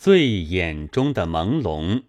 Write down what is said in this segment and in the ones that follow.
醉眼中的朦胧。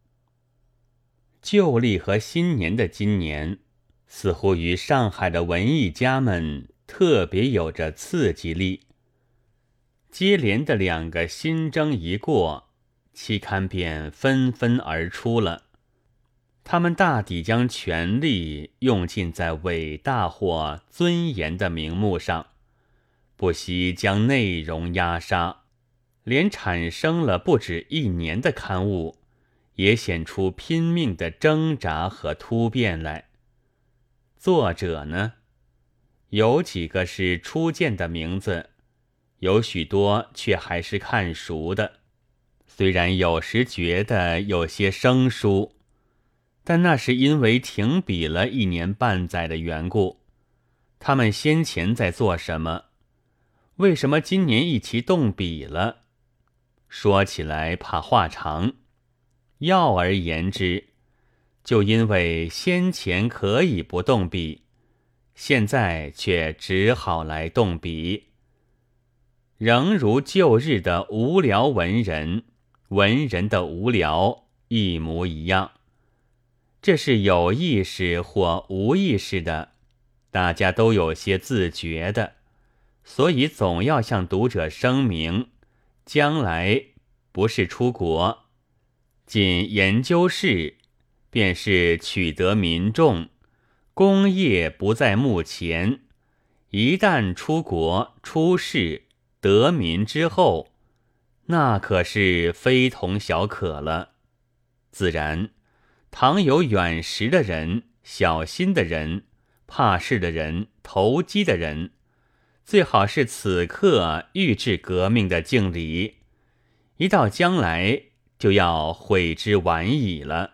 旧历和新年的今年，似乎与上海的文艺家们特别有着刺激力。接连的2个新征一过，期刊便纷纷而出了。他们大抵将全力用尽在伟大或尊严的名目上，不惜将内容压杀，连产生了不止1年的刊物，也显出拼命的挣扎和突变来。作者呢，有几个是初见的名字，有许多却还是看熟的，虽然有时觉得有些生疏，但那是因为停笔了1年半载的缘故。他们先前在做什么？为什么今年一起动笔了？说起来怕话长，要而言之，就因为先前可以不动笔，现在却只好来动笔。仍如旧日的无聊文人，文人的无聊一模一样。这是有意识或无意识的，大家都有些自觉的，所以总要向读者声明，将来不是出国，仅研究室，便是取得民众，功业不在目前，一旦出国出仕得民之后，那可是非同小可了。自然倘有远识的人、小心的人、怕事的人、投机的人，最好是此刻预置革命的敬礼，一到将来就要悔之晚矣了。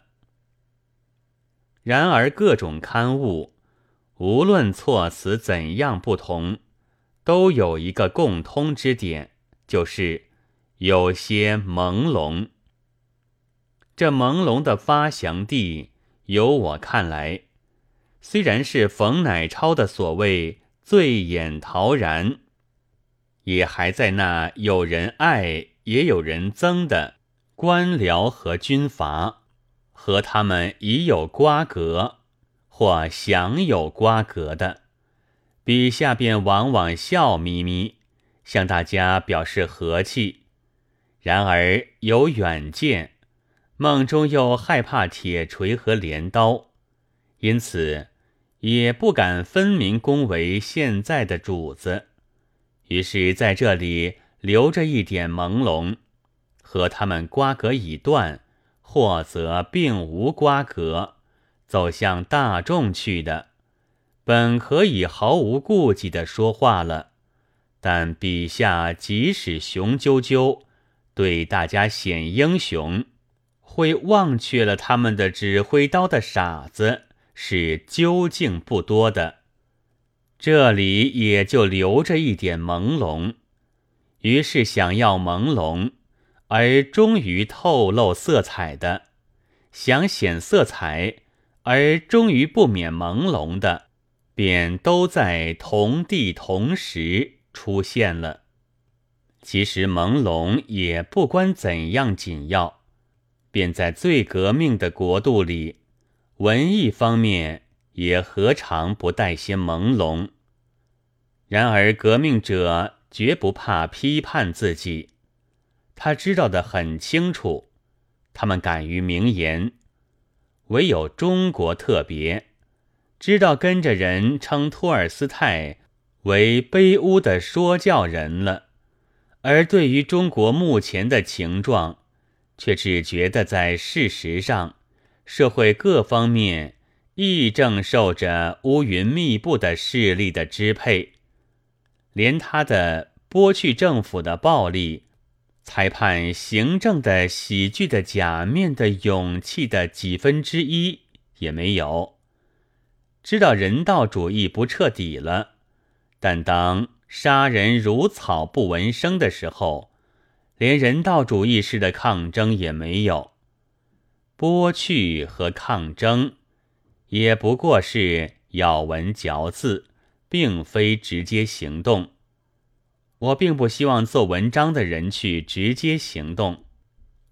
然而各种刊物，无论措辞怎样不同，都有一个共通之点，就是有些朦胧。这朦胧的发祥地，由我看来，虽然是冯乃超的所谓醉眼陶然，也还在那有人爱也有人憎的官僚和军阀，和他们已有瓜葛或想有瓜葛的，笔下便往往笑眯眯，向大家表示和气。然而有远见，梦中又害怕铁锤和镰刀，因此也不敢分明恭维现在的主子，于是在这里留着一点朦胧，和他们瓜葛已断，或则并无瓜葛，走向大众去的，本可以毫无顾忌地说话了，但笔下即使雄赳赳，对大家显英雄，会忘却了他们的指挥刀的傻子是究竟不多的，这里也就留着一点朦胧。于是想要朦胧而终于透露色彩的，想显色彩而终于不免朦胧的，便都在同地同时出现了。其实朦胧也不关怎样紧要，便在最革命的国度里，文艺方面也何尝不带些朦胧。然而革命者绝不怕批判自己，他知道得很清楚，他们敢于明言，唯有中国特别，知道跟着人称托尔斯泰为卑污的说教人了，而对于中国目前的情状，却只觉得在事实上，社会各方面亦正受着乌云密布的势力的支配，连他的剥去政府的暴力，裁判行政的喜剧的假面的勇气的1/10也没有。知道人道主义不彻底了，但当杀人如草不闻声的时候，连人道主义式的抗争也没有。剥去和抗争也不过是咬文嚼字，并非直接行动。我并不希望做文章的人去直接行动，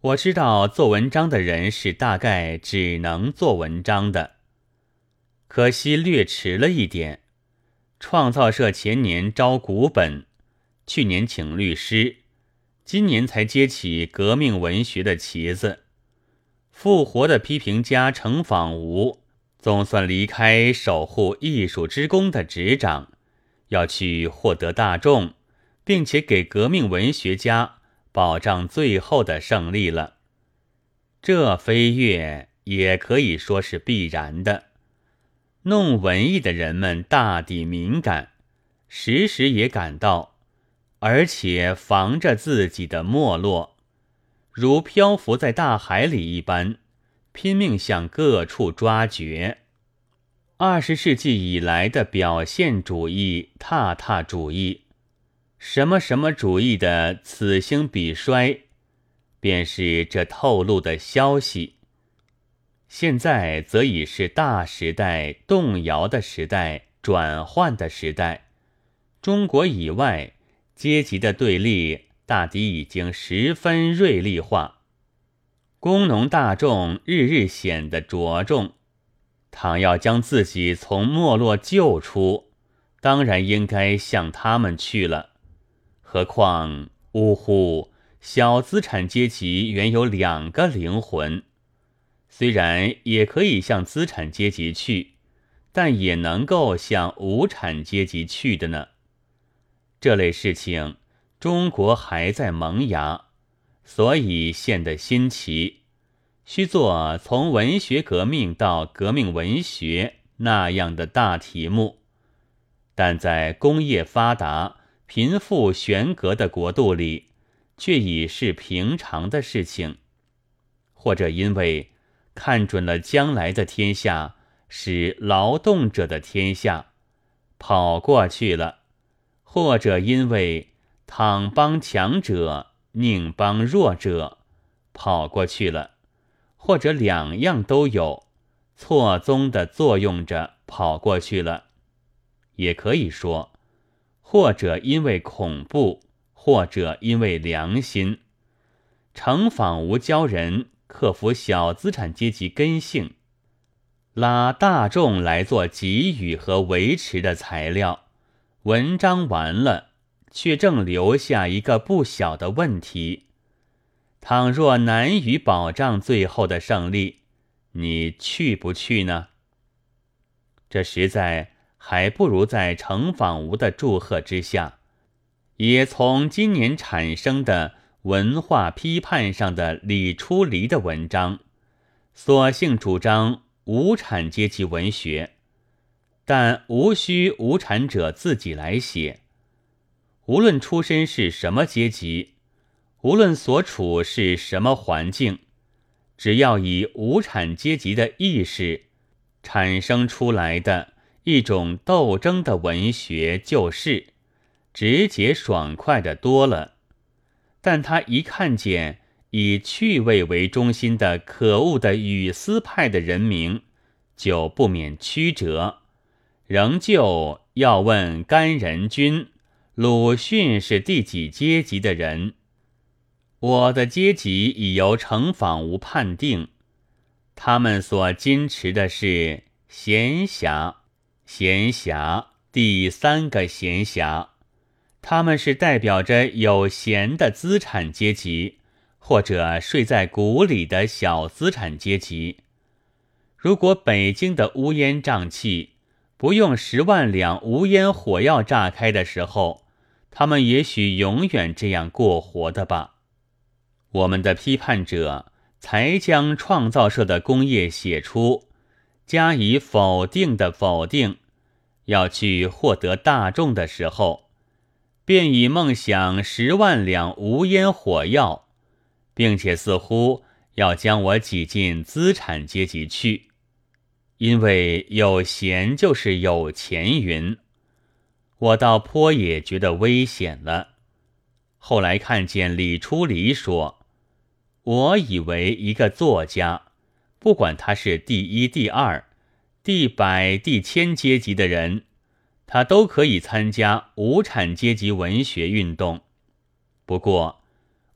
我知道做文章的人是大概只能做文章的，可惜略迟了一点。创造社前年招古本，去年请律师，今年才接起革命文学的旗子。复活的批评家程仿吾总算离开守护艺术之功的执掌，要去获得大众，并且给革命文学家保障最后的胜利了。这飞跃也可以说是必然的。弄文艺的人们大抵敏感，时时也感到，而且防着自己的没落，如漂浮在大海里一般，拼命向各处抓掘。20世纪以来的表现主义、踏踏主义、什么什么主义的此兴彼衰，便是这透露的消息。现在则已是大时代、动摇的时代、转换的时代。中国以外，阶级的对立大抵已经十分锐利化，工农大众日日显得着重。倘要将自己从没落救出，当然应该向他们去了。何况，呜呼，小资产阶级原有2个灵魂。虽然也可以向资产阶级去，但也能够向无产阶级去的呢。这类事情，中国还在萌芽，所以现得新奇，须做从文学革命到革命文学那样的大题目。但在工业发达、贫富悬隔的国度里，却已是平常的事情。或者因为看准了将来的天下是劳动者的天下，跑过去了；或者因为倘帮强者，宁帮弱者，跑过去了；或者2样都有，错综的作用着跑过去了。也可以说，或者因为恐怖，或者因为良心。程仿吾教人克服小资产阶级根性，拉大众来做给予和维持的材料。文章完了，却正留下一个不小的问题：倘若难于保障最后的胜利，你去不去呢？这实在还不如在程仿吾的祝贺之下，也从今年产生的文化批判上的理出离的文章，索性主张无产阶级文学，但无需无产者自己来写。无论出身是什么阶级，无论所处是什么环境，只要以无产阶级的意识产生出来的一种斗争的文学，就是直接爽快的多了。但他一看见以趣味为中心的可恶的语丝派的人名，就不免曲折，仍旧要问甘人君、鲁迅是第几阶级的人。我的阶级已由程仿吾判定，他们所矜持的是闲暇，闲暇，第3个闲暇。他们是代表着有闲的资产阶级，或者睡在谷里的小资产阶级。如果北京的乌烟瘴气不用10万两无烟火药炸开的时候，他们也许永远这样过活的吧。我们的批判者才将创造社的工业写出，加以否定的否定，要去获得大众的时候，便以梦想10万两无烟火药，并且似乎要将我挤进资产阶级去，因为有闲就是有钱云。我倒颇也觉得危险了。后来看见李初离说，我以为一个作家，不管他是第1、第2、第100、第1000阶级的人，他都可以参加无产阶级文学运动。不过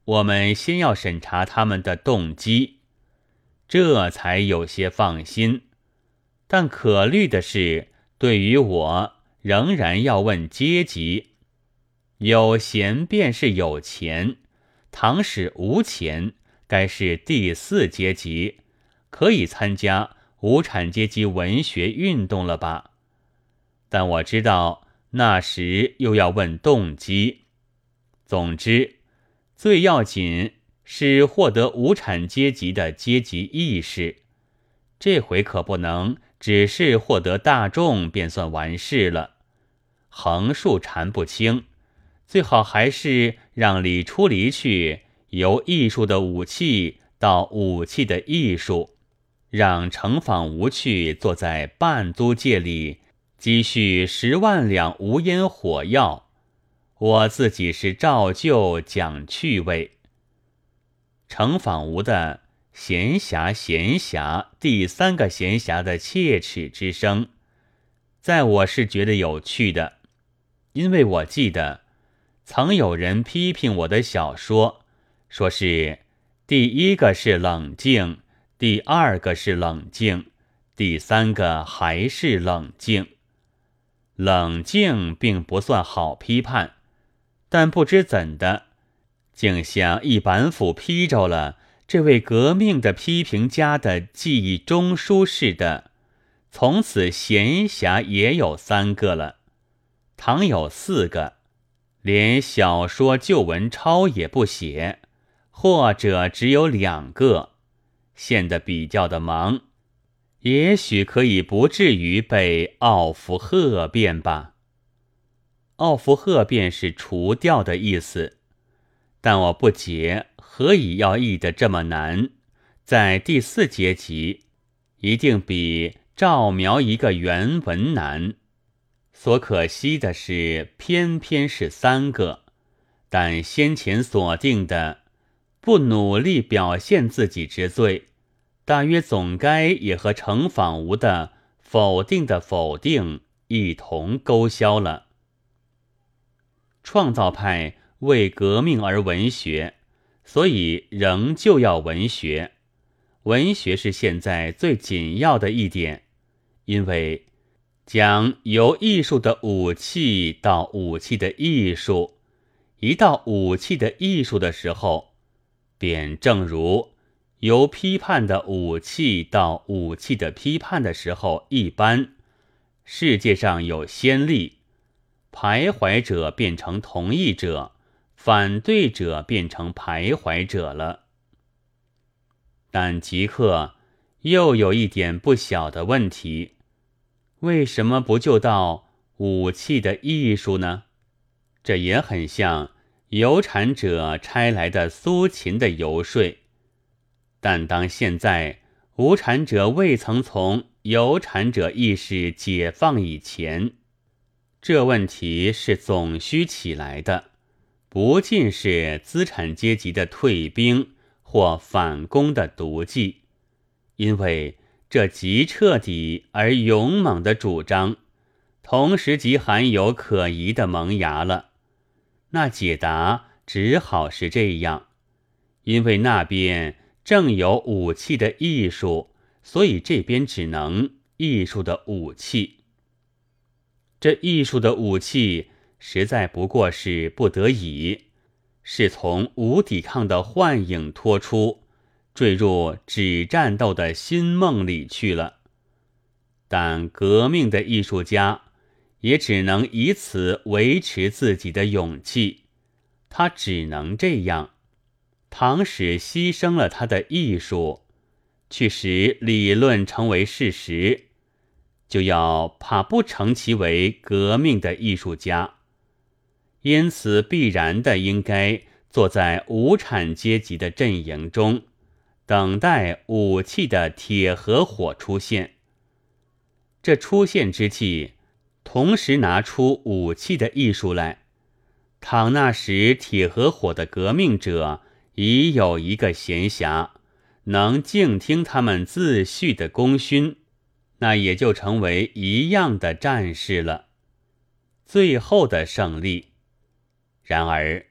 我们先要审查他们的动机，这才有些放心。但可虑的是，对于我仍然要问阶级。有闲便是有钱，倘使无钱，该是第4阶级，可以参加无产阶级文学运动了吧？但我知道那时又要问动机。总之，最要紧是获得无产阶级的阶级意识，这回可不能只是获得大众便算完事了，横竖缠不清，最好还是让理出离去，由艺术的武器到武器的艺术，让程访吾去坐在半租界里积蓄10万两无烟火药，我自己是照旧讲趣味。程访吾的闲暇第3个闲暇的切齿之声，在我是觉得有趣的，因为我记得曾有人批评我的小说，说是第1个是冷静，第2个是冷静，第3个还是冷静。冷静并不算好批判，但不知怎的，竟像一板斧劈着了这位革命的批评家的记忆中枢似的，从此闲暇也有3个了，倘有4个，连小说旧文抄也不写，或者只有2个，现得比较的忙，也许可以不至于被奥弗赫辩吧。奥弗赫辩是除掉的意思，但我不解何以要译得这么难，在第4阶级一定比照描一个原文难。所可惜的是，偏偏是3个，但先前所定的不努力表现自己之罪，大约总该也和程访吾的否定的否定一同勾销了。创造派为革命而文学，所以仍旧要文学。文学是现在最紧要的一点，因为将由艺术的武器到武器的艺术，一到武器的艺术的时候，便正如由批判的武器到武器的批判的时候一般，世界上有先例，徘徊者变成同意者，反对者变成徘徊者了。但即刻又有一点不小的问题，为什么不就到武器的艺术呢？这也很像有产者差来的苏秦的游说，但当现在无产者未曾从有产者意识解放以前，这问题是总需起来的，不尽是资产阶级的退兵或反攻的毒计，因为这极彻底而勇猛的主张，同时极含有可疑的萌芽了。那解答只好是这样，因为那边正有武器的艺术，所以这边只能艺术的武器。这艺术的武器实在不过是不得已，是从无抵抗的幻影脱出，坠入只战斗的新梦里去了。但革命的艺术家也只能以此维持自己的勇气，他只能这样。倘使牺牲了他的艺术，去使理论成为事实，就要怕不成其为革命的艺术家，因此必然的应该坐在无产阶级的阵营中，等待武器的铁和火出现。这出现之际，同时拿出武器的艺术来，倘那时铁和火的革命者已有一个闲暇，能静听他们自叙的功勋，那也就成为一样的战士了，最后的胜利。然而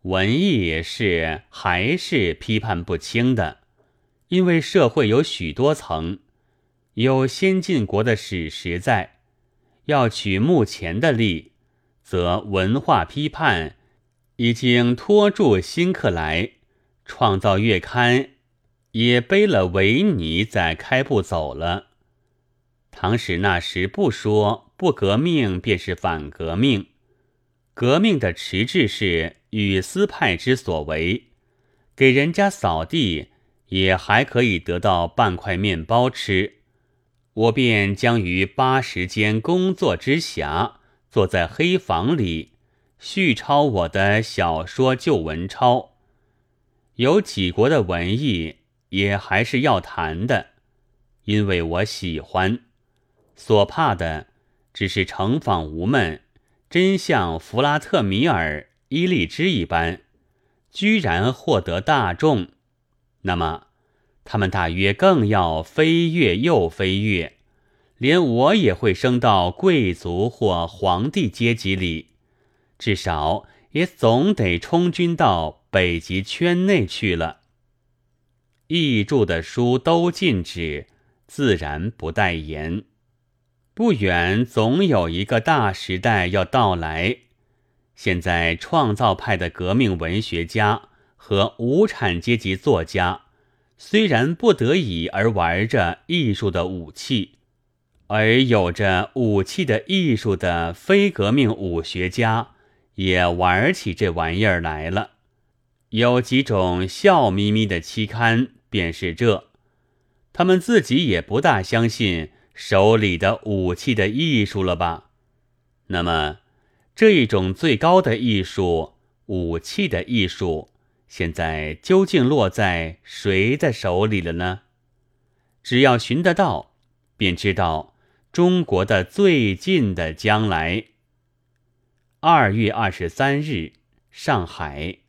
文艺还是批判不清的，因为社会有许多层，有先进国的史实在，要取目前的例，则文化批判已经拖住新克莱，创造月刊也背了维尼在开步走了。唐史那时不说不革命便是反革命，革命的实质是雨丝派之所为，给人家扫地也还可以得到半块面包吃，我便将于80间工作之暇，坐在黑房里续抄我的小说旧文抄。有几国的文艺也还是要谈的，因为我喜欢，所怕的只是成访无闷，真像弗拉特米尔、伊利芝一般，居然获得大众，那么他们大约更要飞跃又飞跃，连我也会升到贵族或皇帝阶级里，至少也总得充军到北极圈内去了。译著的书都禁止，自然不待言。不远总有一个大时代要到来，现在创造派的革命文学家和无产阶级作家，虽然不得已而玩着艺术的武器，而有着武器的艺术的非革命武学家也玩起这玩意儿来了。有几种笑眯眯的期刊便是这，他们自己也不大相信手里的武器的艺术了吧？那么这一种最高的艺术，武器的艺术，现在究竟落在谁的手里了呢？只要寻得到，便知道中国的最近的将来。2月23日，上海。